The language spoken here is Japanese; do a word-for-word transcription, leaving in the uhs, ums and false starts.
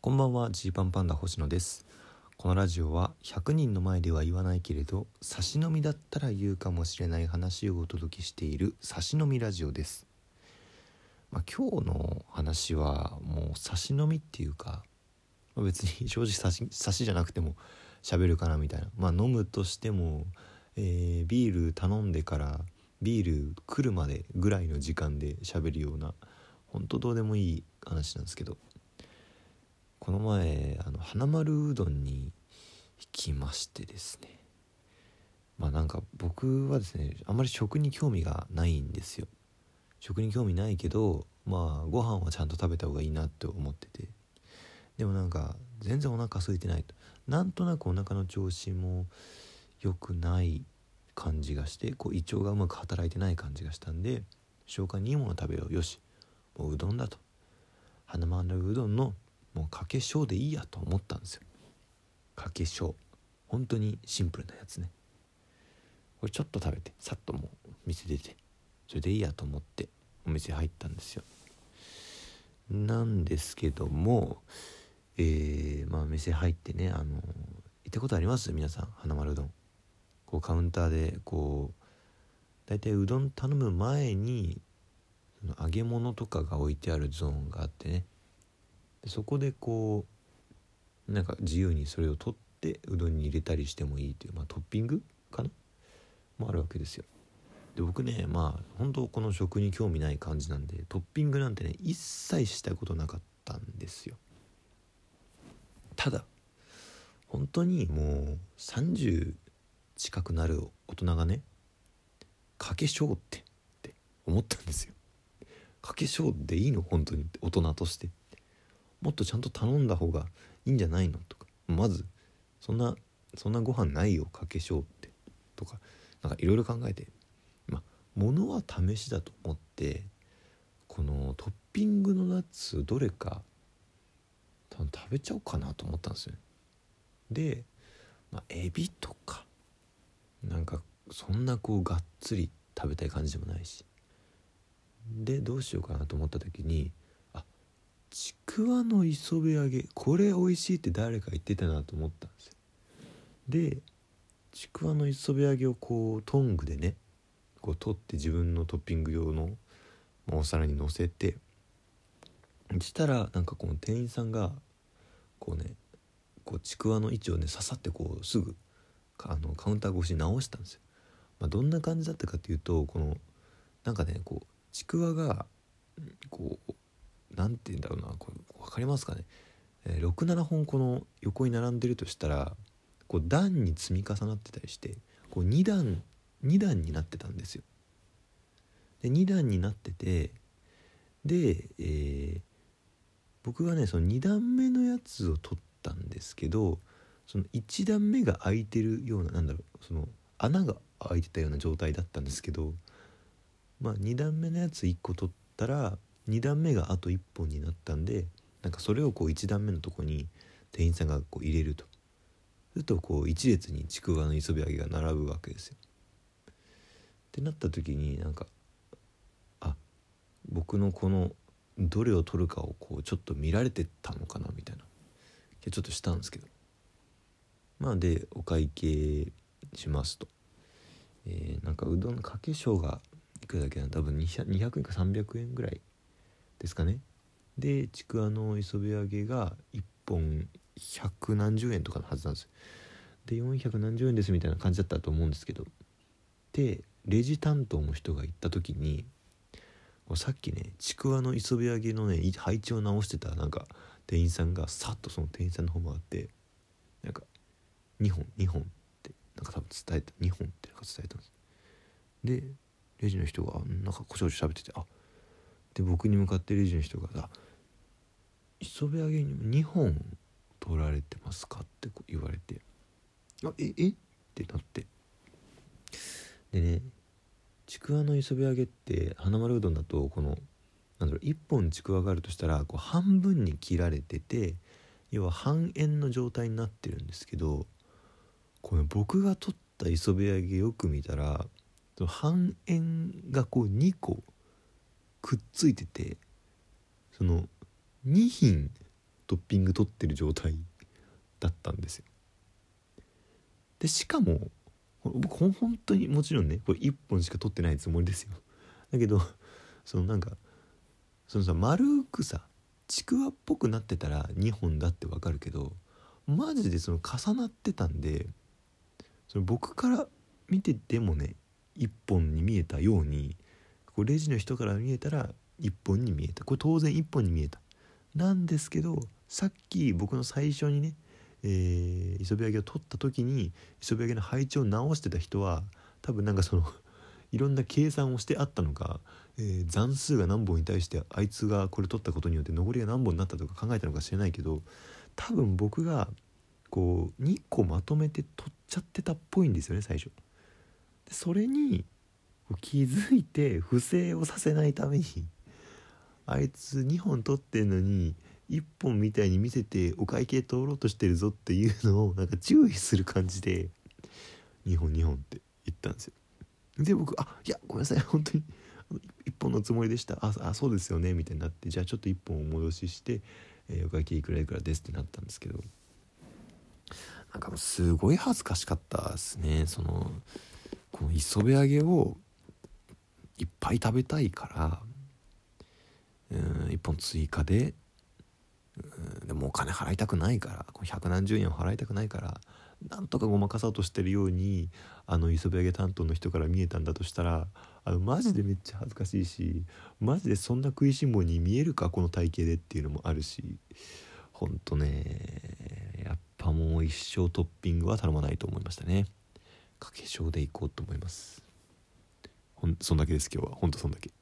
こんばんは、ジーパンパンダ星野です。このラジオはひゃくにんの前では言わないけれど差し飲みだったら言うかもしれない話をお届けしている差し飲みラジオです。まあ、今日の話はもう差し飲みっていうか、まあ、別に正直差し、差しじゃなくても喋るかなみたいな、まあ飲むとしても、えー、ビール頼んでからビール来るまでぐらいの時間で喋るようなほんとどうでもいい話なんですけど、この前あの花丸うどんに行きましてですね、まあなんか僕はですねあんまり食に興味がないんですよ。食に興味ないけどまあご飯はちゃんと食べた方がいいなって思ってて、でもなんか全然お腹空いてないと、なんとなくお腹の調子も良くない感じがして、こう胃腸がうまく働いてない感じがしたんで、消化にいいもの食べよう、よしもううどんだと、花丸うどんのもうかけしょうでいいやと思ったんですよ。かけしょう、本当にシンプルなやつね。これちょっと食べてさっともう店出て、それでいいやと思ってお店入ったんですよ。なんですけども、えー、まあ店入ってね、あの行ったことあります皆さん？花丸うどん、こうカウンターでこうだいたいうどん頼む前にその揚げ物とかが置いてあるゾーンがあってね、でそこでこうなんか自由にそれを取ってうどんに入れたりしてもいいという、まあ、トッピングかなもあるわけですよ。で僕ね、まあ本当この食に興味ない感じなんでトッピングなんてね一切したことなかったんですよ。ただ本当にもうさんじゅう近くなる大人がね、かけしょうってって思ったんですよ。かけしょうでいいの本当にって、大人としてもっとちゃんと頼んだ方がいいんじゃないのとか、まずそんなそんなご飯ないよかけしょうってとか、なんかいろいろ考えて、まあ物は試しだと思ってこのトッピングのやつどれか多分食べちゃおうかなと思ったんですよ。で、まあ、エビとかなんかそんなこうがっつり食べたい感じでもないし、でどうしようかなと思った時に、あ、ちくわの磯辺揚げこれ美味しいって誰か言ってたなと思ったんですよ。でちくわの磯辺揚げをこうトングでねこう取って自分のトッピング用のお皿に乗せて、したらなんかこの店員さんがこうねこうちくわの位置をねささってこうすぐあのカウンター越しに直したんですよ。まあ、どんな感じだったかというと、このなんかねこうちくわがこうなんて言うんだろうな、これ分かりますかね、えー、ろくななほんこの横に並んでるとしたらこう段に積み重なってたりしてこうに段に段になってたんですよ。でに段になってて、で、えー、僕がねそのに段目のやつを取ったんですけど、そのいち段目が開いてるような、なんだろう、その穴が開いてたような状態だったんですけど、まあに段目のやついっこ取ったらに段目があといっぽんになったんで、なんかそれをこういち段目のとこに店員さんがこう入れると、するとこう一列にちくわの磯辺揚げが並ぶわけですよ。ってなった時になんか、あ、僕のこのどれを取るかをこうちょっと見られてたのかなみたいなちょっとしたんですけど、まあでお会計しますと、えー、なんかうどんのかけしょうがいくらだっけな、多分にひゃくえんかさんびゃくえんぐらいですかね。でちくわの磯辺揚げがいっぽんひゃくなんじゅうえんとかのはずなんですよ。でよんひゃくなんじゅうえんですみたいな感じだったと思うんですけど、でレジ担当の人が行った時に、さっきねちくわの磯辺揚げのね配置を直してたなんか店員さんがさっとその店員さんの方回ってなんかにほんにほんってなんか多分伝えた、にほんってなんか伝えたんです。でレジの人がなんかこちょこちょ喋ってて、あで僕に向かってレジの人が「あ磯辺揚げににほん取られてますか?」ってこう言われて、あええってなって、でねちくわの磯辺揚げって花丸うどんだとこのなんだろういっぽんちくわがあるとしたらこう半分に切られてて、要は半円の状態になってるんですけど、この僕が取った磯辺揚げよく見たら半円がこうにこくっついてて、そのに品トッピング取ってる状態だったんですよ。でしかも僕本当にもちろんねこれいっぽんしか取ってないつもりですよ。だけどそのなんかそのさ丸くさちくわっぽくなってたらにほんだってわかるけど、マジでその重なってたんで、その僕から見ててもねいっぽんに見えたように、こうレジの人から見えたらいっぽんに見えた。これ当然いっぽんに見えたなんですけど、さっき僕の最初にね、えー、磯辺揚げを取った時に磯辺揚げの配置を直してた人は多分なんかそのいろんな計算をしてあったのか、えー、残数が何本に対してあいつがこれ取ったことによって残りが何本になったとか考えたのか知らないけど、多分僕がこうにこまとめて取っちゃってたっぽいんですよね最初で。それに気づいて不正をさせないためにあいつにほん取ってんのにいっぽんみたいに見せてお会計通ろうとしてるぞっていうのをなんか注意する感じでにほんにほんって言ったんですよ。で僕あいやごめんなさい本当にいっぽんのつもりでした、ああそうですよねみたいになって、じゃあちょっといっぽんお戻しして、えー、お会計いくらいくらですってなったんですけど、なんかもうすごい恥ずかしかったですね。そのこの磯辺揚げをいっぱい食べたいからうんいっぽん追加で、うんでもお金払いたくないからこの百何十円を払いたくないからなんとかごまかそうとしてるようにあの磯辺揚げ担当の人から見えたんだとしたら、あのマジでめっちゃ恥ずかしいし、マジでそんな食いしん坊に見えるかこの体型でっていうのもあるし、ほんとねやっぱもう一生トッピングは頼まないと思いましたね。かけしょうでいこうと思います。ほんそんだけです今日は。ほんとそんだけ。